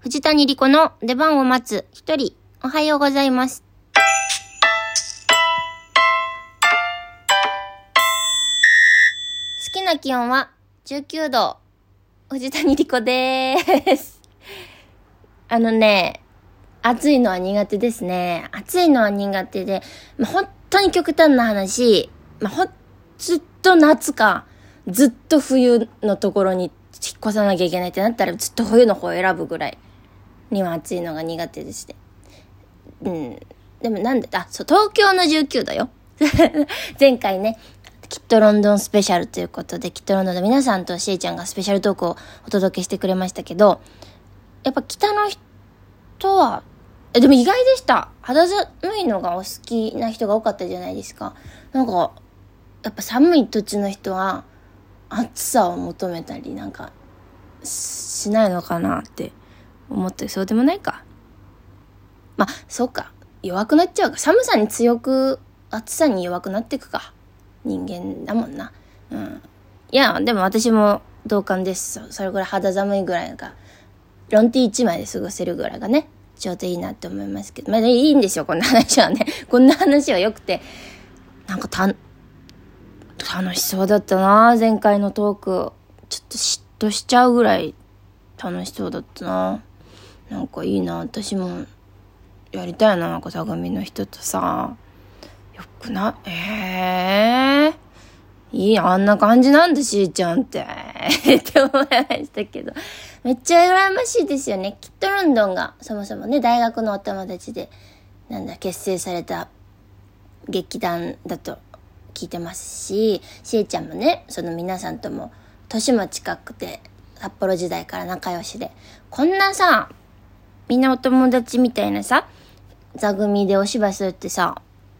藤谷莉子の出番を待つ一人。おはようございます。好きな気温は19度。藤谷莉子でーす。暑いのは苦手ですね。暑いのは苦手で、本当に極端な話、ずっと夏か、ずっと冬のところに引っ越さなきゃいけないってなったら、ずっと冬の方を選ぶぐらいには暑いのが苦手ですね。でも東京の19度よ。前回ね、きっとロンドンスペシャルということで、きっとロンドンの皆さんとしえちゃんがスペシャルトークをお届けしてくれましたけど、やっぱ北の人は、でも意外でした。肌寒いのがお好きな人が多かったじゃないですか。やっぱ寒い土地の人は暑さを求めたりしないのかなって思って、そうでもないか。そうか。弱くなっちゃうか。寒さに強く、暑さに弱くなっていくか。人間だもんな。いや、でも私も同感です。それぐらい肌寒いぐらいが、ロンティー1枚で過ごせるぐらいがね、ちょうどいいなって思いますけど。いいんですよ、こんな話はね。こんな話は良くて。楽しそうだったな、前回のトーク。ちょっと嫉妬しちゃうぐらい楽しそうだったな。いいな、私もやりたいな、相模の人とさ。よくいい、あんな感じなんだしーちゃんってって思いましたけど、めっちゃ羨ましいですよね。きっとロンドンがそもそもね、大学のお友達で結成された劇団だと聞いてますし、しえちゃんもね、その皆さんとも年も近くて、札幌時代から仲良しで、こんなさ、みんなお友達みたいなさ、座組でお芝居するってさ、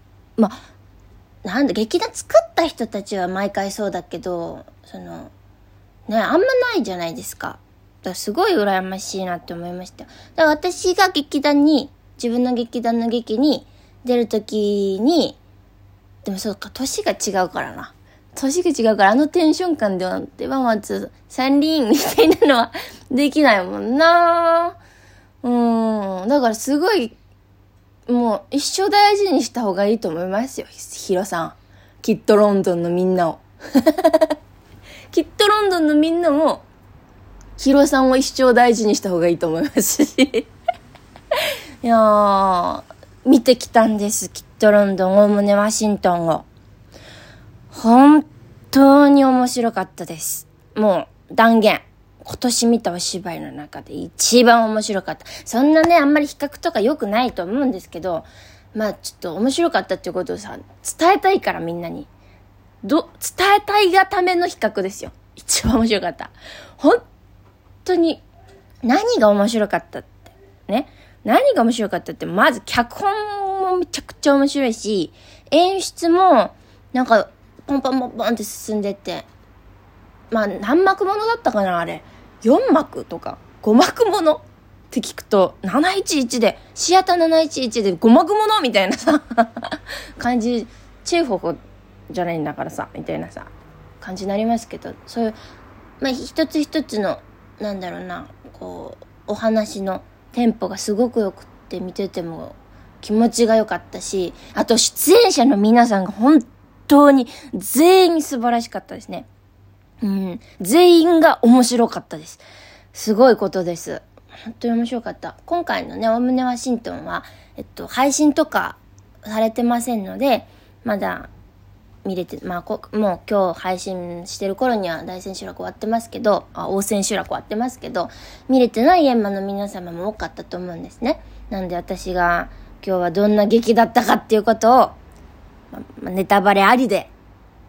劇団作った人たちは毎回そうだけど、あんまないじゃないですか。だからすごい羨ましいなって思いました。だから私が自分の劇団の劇に出るときに、でもそうか、年が違うからな。年が違うから、あのテンション感では、出番待つ三輪みたいなのはできないもんな。だからすごい、もう一生大事にした方がいいと思いますよ、ヒロさん。きっとロンドンのみんなを。きっとロンドンのみんなも、ヒロさんを一生大事にした方がいいと思いますし。いやー、見てきたんです、きっとロンドン、大宗ワシントンを。本当に面白かったです。もう断言。今年見たお芝居の中で一番面白かった。そんなね、あんまり比較とか良くないと思うんですけど、ちょっと面白かったっていうことをさ、伝えたいからみんなに。伝えたいがための比較ですよ。一番面白かった。本当に、何が面白かったってね。何が面白かったって、まず脚本もめちゃくちゃ面白いし、演出もポンポンポンポンって進んでって、何幕ものだったかな、あれ。4幕とか5幕ものって聞くと、711で、シアター711で5幕ものみたいなさ、感じ、チェーホフじゃないんだからさ、みたいなさ、感じになりますけど、そういう、一つ一つの、お話のテンポがすごく良くって、見てても気持ちが良かったし、あと出演者の皆さんが本当に全員素晴らしかったですね。全員が面白かったです。すごいことです。本当に面白かった。今回のね、大宗ワシントンは、配信とかされてませんので、まだ見れて、もう今日配信してる頃には大千秋楽終わってますけど、大千秋楽終わってますけど、見れてない現場の皆様も多かったと思うんですね。なんで私が今日はどんな劇だったかっていうことを、ネタバレありで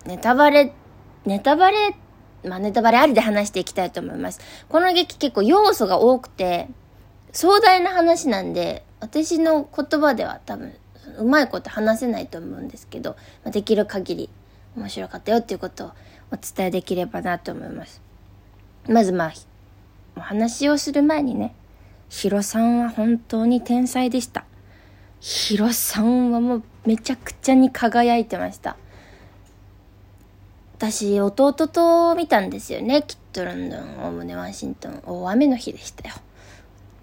話していきたいと思います。この劇結構要素が多くて壮大な話なんで、私の言葉では多分うまいこと話せないと思うんですけど、できる限り面白かったよっていうことをお伝えできればなと思います。まずお話をする前にね、ヒロさんは本当に天才でした。ヒロさんはもうめちゃくちゃに輝いてました。私、弟と見たんですよね。きっとロンドン、大宗ワシントン、大雨の日でしたよ。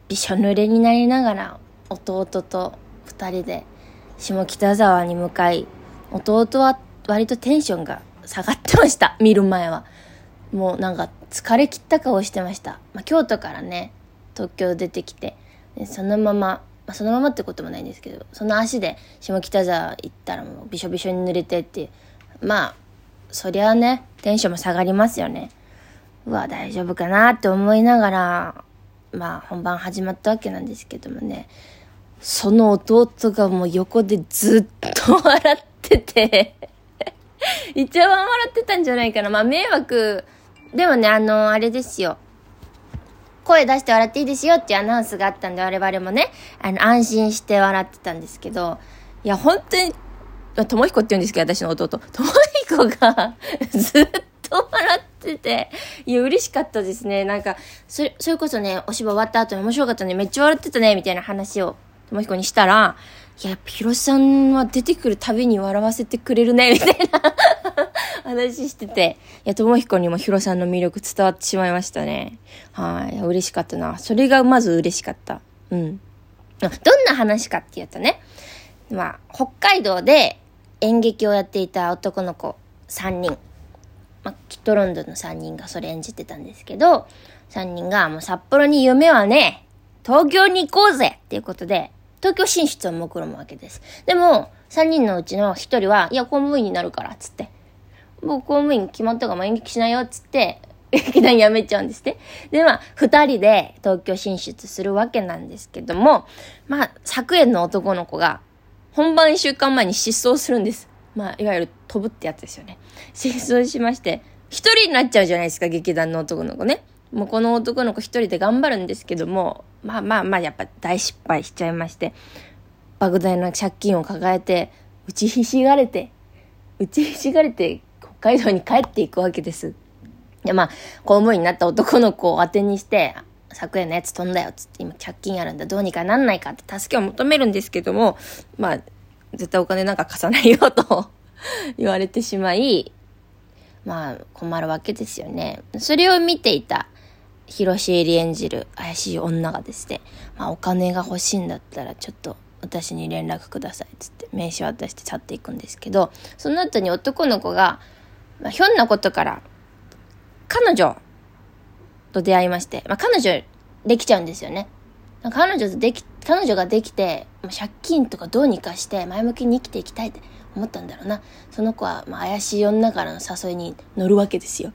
びしょ濡れになりながら弟と2人で下北沢に向かい、弟は割とテンションが下がってました。見る前はもうなんか疲れ切った顔してました。京都からね東京出てきて、でそのままってこともないんですけど、その足で下北沢行ったらもうびしょびしょに濡れてって、そりゃねテンションも下がりますよね。大丈夫かなって思いながら本番始まったわけなんですけどもね、その弟がもう横でずっと笑ってて一番笑ってたんじゃないかな。迷惑でもね、あれですよ、声出して笑っていいですよっていうアナウンスがあったんで、我々もね安心して笑ってたんですけど、いや本当に智彦って言うんですけど、私の弟智彦がずっと笑ってて、いや嬉しかったですね。なんかそれこそね、お芝居終わった後に面白かったね、めっちゃ笑ってたねみたいな話を智彦にしたら、いやヒロさんは出てくるたびに笑わせてくれるねみたいな話してて、いや智彦にもヒロさんの魅力伝わってしまいましたね。嬉しかったな。それがまず嬉しかった。どんな話かっていうとね、北海道で演劇をやっていた男の子3人、きっとロンドンの3人がそれ演じてたんですけど、3人がもう札幌に夢はね、東京に行こうぜっていうことで東京進出を目論むわけです。でも3人のうちの1人は、いや公務員になるからっつって、もう公務員決まったから演劇しないよっつって劇団辞めちゃうんですね。で2人で東京進出するわけなんですけども、昨夜の男の子が本番1週間前に失踪するんです。いわゆる飛ぶってやつですよね。失踪しまして、一人になっちゃうじゃないですか、劇団の男の子ね。もうこの男の子一人で頑張るんですけども、やっぱ大失敗しちゃいまして、莫大な借金を抱えて打ちひしがれて北海道に帰っていくわけです。で公務員になった男の子を当てにして、昨夜のやつ飛んだよっつって、今借金あるんだ、どうにかなんないかって助けを求めるんですけども、絶対お金なんか貸さないよと言われてしまい、困るわけですよね。それを見ていた広瀬絵里演じる怪しい女がですね、お金が欲しいんだったらちょっと私に連絡くださいっつって名刺渡して去っていくんですけど、その後に男の子が、ひょんなことから彼女と出会いまして、彼女できちゃうんですよね。彼女ができて、借金とかどうにかして前向きに生きていきたいって思ったんだろうな。その子は怪しい女からの誘いに乗るわけですよ。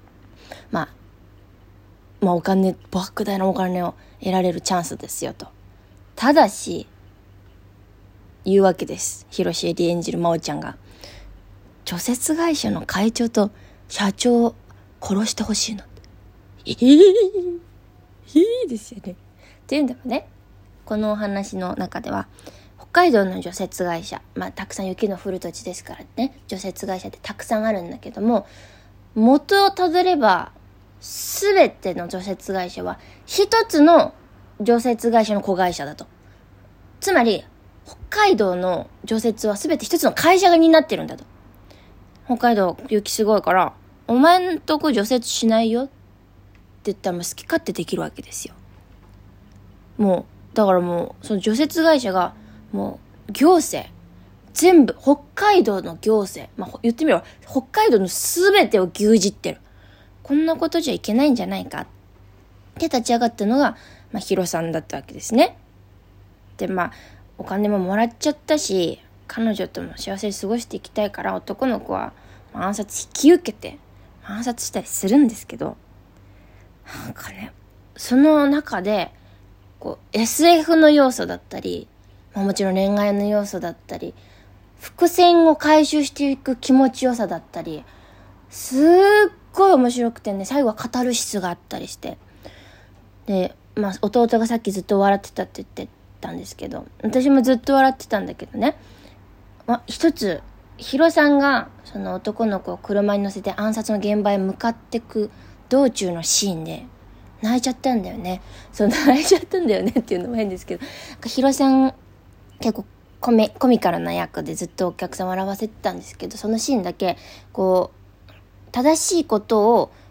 お金、莫大なお金を得られるチャンスですよと。ただし言うわけです。広瀬絵里演じる真央ちゃんが、除雪会社の会長と社長を殺してほしいの。いいですよね。っていうんでもね、このお話の中では北海道の除雪会社、たくさん雪の降る土地ですからね、除雪会社ってたくさんあるんだけども、元をたどれば全ての除雪会社は一つの除雪会社の子会社だと。つまり北海道の除雪は全て一つの会社が担ってるんだと。北海道雪すごいからお前んとこ除雪しないよって言ったら好き勝手できるわけですよ。だからその除雪会社が行政全部北海道の行政、言ってみれば北海道の全てを牛耳ってる。こんなことじゃいけないんじゃないかって立ち上がったのがヒロさんだったわけですね。でお金ももらっちゃったし、彼女とも幸せに過ごしていきたいから男の子は暗殺引き受けて暗殺したりするんですけど、その中でSF の要素だったり、もちろん恋愛の要素だったり、伏線を回収していく気持ちよさだったり、すっごい面白くてね、最後はカタルシスがあったりして、で弟がさっきずっと笑ってたって言ってたんですけど、私もずっと笑ってたんだけどね、一つヒロさんがその男の子を車に乗せて暗殺の現場へ向かってく道中のシーンで泣いちゃったんだよね。泣いちゃったんだよねっていうのも変ですけど、ヒロさん結構コミカルな役でずっとお客さん笑わせてたんですけど、そのシーンだけ正しいことを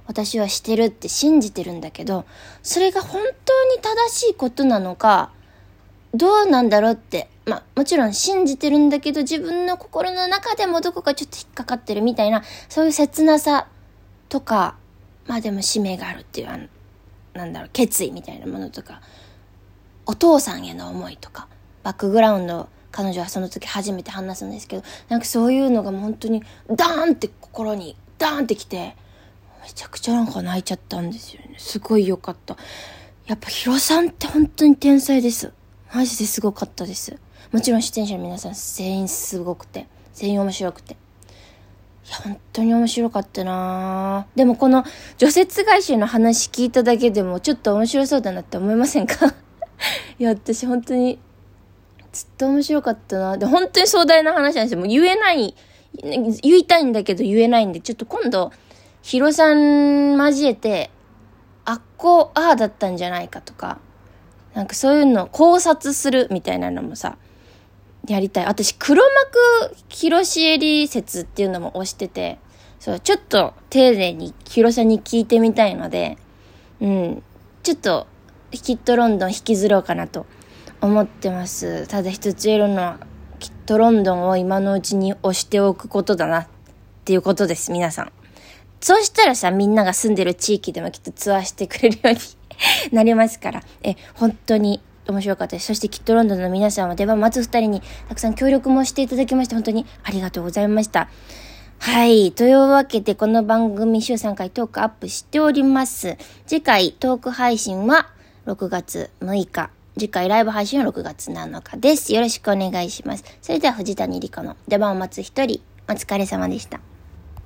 私はしてるって信じてるんだけど、それが本当に正しいことなのか、どうなんだろうって、もちろん信じてるんだけど、自分の心の中でもどこかちょっと引っかかってるみたいな、そういう切なさとか、でも使命があるっていう、決意みたいなものとか、お父さんへの思いとか、バックグラウンドを彼女はその時初めて話すんですけど、そういうのが本当にダーンって心にダーンってきて、めちゃくちゃ泣いちゃったんですよね。すごい良かった。やっぱヒロさんって本当に天才です。マジですごかったです。もちろん出演者の皆さん全員すごくて、全員面白くて、本当に面白かったな。でもこの除雪回収の話聞いただけでもちょっと面白そうだなって思いませんか？いや、私本当にずっと面白かったな。で、本当に壮大な話なんですよ。もう言いたいんだけど言えないんで、ちょっと今度ヒロさん交えて、ああだったんじゃないかとか、そういうのを考察するみたいなのもさ、やりたい。私、黒幕広しえり説っていうのも推してて、そう、ちょっと丁寧に広さに聞いてみたいので、ちょっと、きっとロンドン引きずろうかなと思ってます。ただ一つ言えるのは、きっとロンドンを今のうちに推しておくことだなっていうことです、皆さん。そうしたらさ、みんなが住んでる地域でもきっとツアーしてくれるようになりますから、本当に面白かったです。そしてきっとロンドンの皆さんは出番待つ2人にたくさん協力もしていただきまして、本当にありがとうございました。はい。というわけで、この番組週3回トークアップしております。次回トーク配信は6月6日。次回ライブ配信は6月7日です。よろしくお願いします。それでは藤谷莉子の出番を待つ1人、お疲れ様でした。